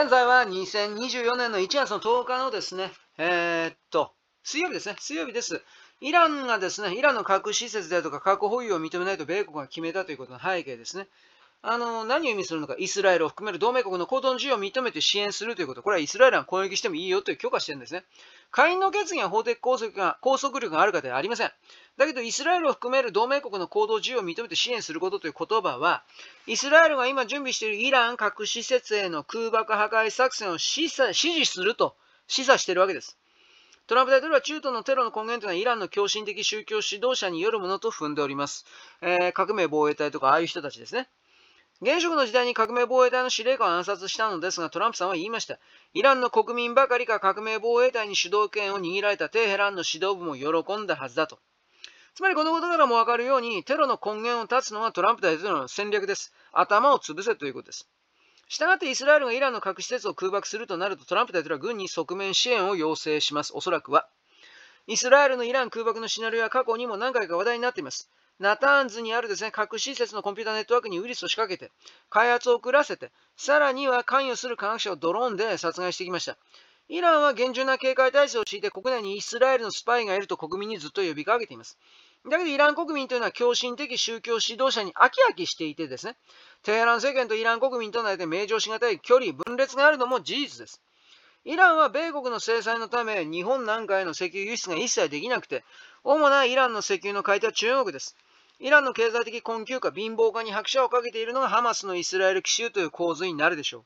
現在は2024年の1月の10日のですね、水曜日ですね。水曜日です。イランがですね、イランの核施設であるとか核保有を認めないと米国が決めたということの背景ですね。何を意味するのか、イスラエルを含める同盟国の行動の自由を認めて支援するということ。これはイスラエルが攻撃してもいいよという許可してるんですね。下院の決議は法的拘束力があるかではありません。だけど、イスラエルを含める同盟国の行動自由を認めて支援することという言葉は、イスラエルが今準備しているイラン核施設への空爆破壊作戦を支持すると示唆しているわけです。トランプ大統領は中東のテロの根源というのはイランの狂信的宗教指導者によるものと踏んでおります。革命防衛隊とかああいう人たちですね。現職の時代に革命防衛隊の司令官を暗殺したのですが、トランプさんは言いました。イランの国民ばかりが革命防衛隊に主導権を握られたテヘランの指導部も喜んだはずだと。つまりこのことからもわかるように、テロの根源を断つのはトランプ大統領の戦略です。頭を潰せということです。したがってイスラエルがイランの核施設を空爆するとなると、トランプ大統領は軍に側面支援を要請します。おそらくは。イスラエルのイラン空爆のシナリオは過去にも何回か話題になっています。ナターンズにあるですね、核施設のコンピュータネットワークにウイルスを仕掛けて、開発を遅らせて、さらには関与する科学者をドローンで殺害してきました。イランは厳重な警戒態勢を敷いて国内にイスラエルのスパイがいると国民にずっと呼びかけています。だけどイラン国民というのは狂信的宗教指導者に飽き飽きしていてですね、テヘラン政権とイラン国民との間で名状しがたい距離、分裂があるのも事実です。イランは米国の制裁のため、日本なんかへの石油輸出が一切できなくて、主なイランの石油の買い手は中国です。イランの経済的困窮化、貧乏化に拍車をかけているのがハマスのイスラエル奇襲という構図になるでしょう。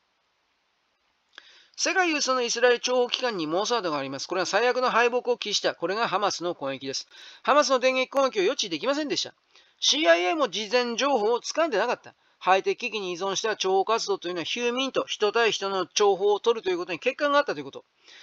世界有数のイスラエル諜報機関にモーサードがあります。これは最悪の敗北を喫した。これがハマスの攻撃です。ハマスの電撃攻撃を予知できませんでした。CIA も事前情報を掴んでなかった。ハイテク機器に依存した諜報活動というのはヒューミンと人対人の情報を取るということに欠陥があったということ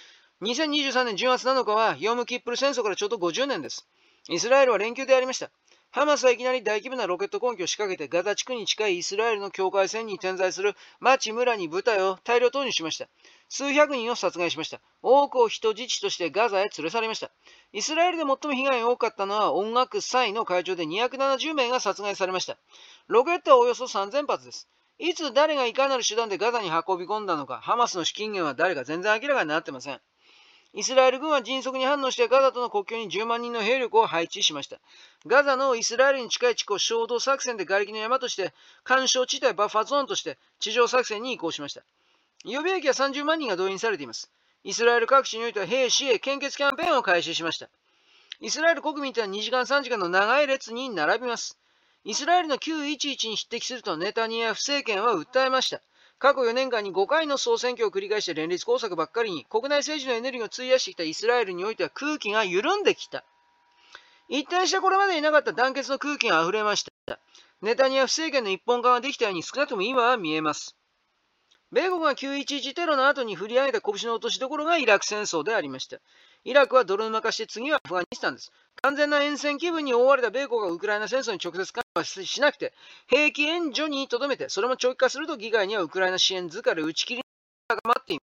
。2023年10月7日はヨムキップル戦争からちょうど50年です。イスラエルは連休でありました。ハマスはいきなり大規模なロケット攻撃を仕掛けてガザ地区に近いイスラエルの境界線に点在する町村に部隊を大量投入しました。数百人を殺害しました。多くを人質としてガザへ連れ去りました。イスラエルで最も被害が多かったのは音楽祭の会場で270名が殺害されました。ロケットはおよそ3000発です。いつ誰がいかなる手段でガザに運び込んだのか、ハマスの資金源は誰か全然明らかになっていません。イスラエル軍は迅速に反応してガザとの国境に10万人の兵力を配置しました。ガザのイスラエルに近い地区を衝動作戦で瓦礫の山として、干渉地帯バッファゾーンとして地上作戦に移行しました。予備役は30万人が動員されています。イスラエル各地においては兵士へ献血キャンペーンを開始しました。イスラエル国民とは2時間3時間の長い列に並びます。イスラエルの911に匹敵するとネタニヤフ政権は訴えました。過去4年間に5回の総選挙を繰り返して連立工作ばっかりに国内政治のエネルギーを費やしてきたイスラエルにおいては空気が緩んできた。一転してこれまでになかった団結の空気が溢れました。ネタニヤフ政権の一本化ができたように少なくとも今は見えます。米国が911テロの後に振り上げた拳の落としどころがイラク戦争でありました。イラクは泥沼化して次はアフガニスタンです。完全な厭戦気分に覆われた米国がウクライナ戦争に直接関与しなくて、兵器援助にとどめて、それも長期化すると議会にはウクライナ支援疲れ打ち切りが高まっています。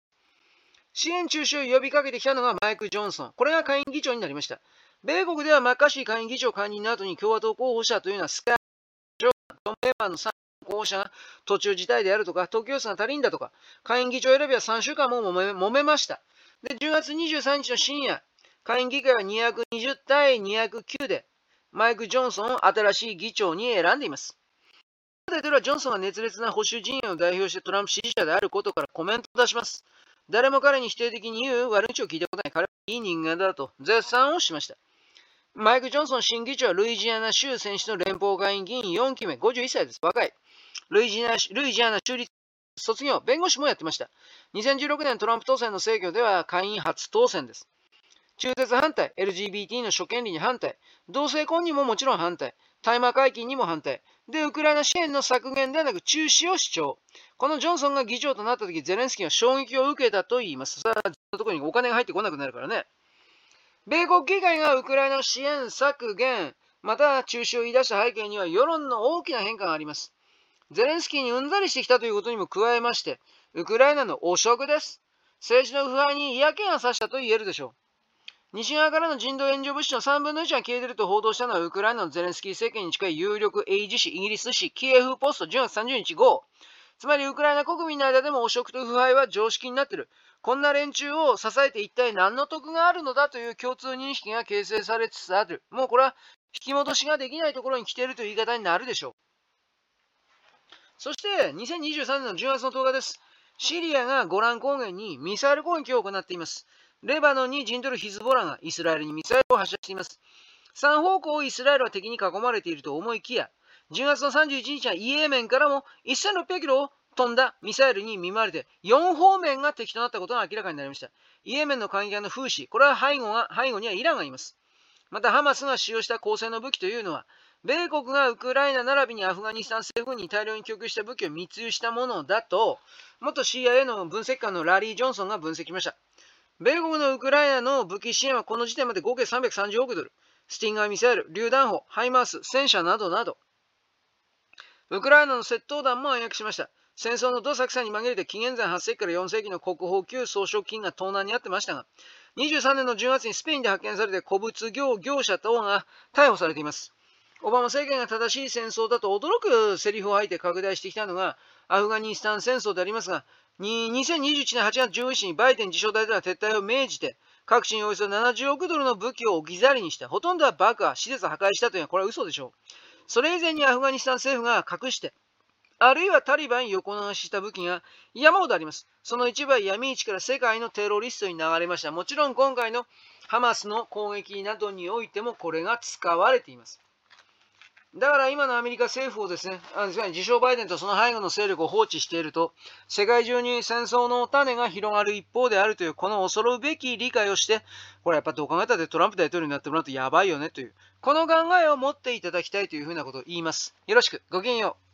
支援中止を呼びかけてきたのがマイク・ジョンソン。これが下院議長になりました。米国ではマッカーシー下院議長解任の後に共和党候補者というのはスカー・ジョン、トム・エバーの3候補者が途中辞退であるとか、得票数が足りんだとか、下院議長選びは3週間も揉めました。で、10月23日の深夜、下院議会は220対209で、マイク・ジョンソンを新しい議長に選んでいます。大統領はジョンソンは熱烈な保守陣営を代表してトランプ支持者であることからコメントを出します。誰も彼に否定的に言う悪口を聞いたことない。彼はいい人間だと絶賛をしました。マイク・ジョンソン新議長はルイジアナ州選出の連邦下院議員4期目、51歳です。若い。ルイジアナ州立卒業、弁護士もやってました。2016年トランプ当選の選挙では下院初当選です。中絶反対、LGBT の諸権利に反対、同性婚にももちろん反対、大麻解禁にも反対、で、ウクライナ支援の削減ではなく中止を主張。このジョンソンが議長となった時、ゼレンスキーは衝撃を受けたと言います。それは自分のところにお金が入ってこなくなるからね。米国議会がウクライナの支援削減、また中止を言い出した背景には世論の大きな変化があります。ゼレンスキーにうんざりしてきたということにも加えまして、ウクライナの汚職です。政治の腐敗に嫌気がさしたと言えるでしょう。西側からの人道援助物資の3分の1が消えていると報道したのはウクライナのゼレンスキー政権に近い有力英字紙、イギリス紙、キエフポスト10月30日号。 つまりウクライナ国民の間でも汚職と腐敗は常識になっている。こんな連中を支えて一体何の得があるのだという共通認識が形成されつつある。もうこれは引き戻しができないところに来ているという言い方になるでしょう。そして2023年の10月の10日です。シリアがゴラン高原にミサイル攻撃を行っています。レバノンに陣取るヒズボラがイスラエルにミサイルを発射しています。3方向をイスラエルは敵に囲まれていると思いきや、10月の31日はイエメンからも1600キロを飛んだミサイルに見舞われて、4方面が敵となったことが明らかになりました。イエメンの管理官のフーシ、これは背後にはイランがいます。またハマスが使用した高性能武器というのは、米国がウクライナ並びにアフガニスタン政府軍に大量に供給した武器を密輸したものだと、元 CIA の分析官のラリー・ジョンソンが分析しました。米国のウクライナの武器支援はこの時点まで合計330億ドル、スティンガーミサイル、榴弾砲、ハイマース、戦車などなど、ウクライナの窃盗団も暗躍しました。戦争のどさくさに紛れて紀元前8世紀から4世紀の国宝級装飾品が盗難にあってましたが、23年の10月にスペインで発見されて古物業者等が逮捕されています。オバマ政権が正しい戦争だと驚くセリフを吐いて拡大してきたのがアフガニスタン戦争でありますが、2021年8月15日にバイデン自称大統領は撤退を命じて、各地におよそ70億ドルの武器を置き去りにした。ほとんどは爆破、施設を破壊したというのはこれは嘘でしょう。それ以前にアフガニスタン政府が隠して、あるいはタリバンに横流しした武器が山ほどあります。その一部は闇市から世界のテロリストに流れました。もちろん今回のハマスの攻撃などにおいてもこれが使われています。だから今のアメリカ政府をですね、自称バイデンとその背後の勢力を放置していると、世界中に戦争の種が広がる一方であるという、この恐るべき理解をして、これやっぱどう考えたってトランプ大統領になってもらうとやばいよねという、この考えを持っていただきたいというふうなことを言います。よろしく、ごきげんよう。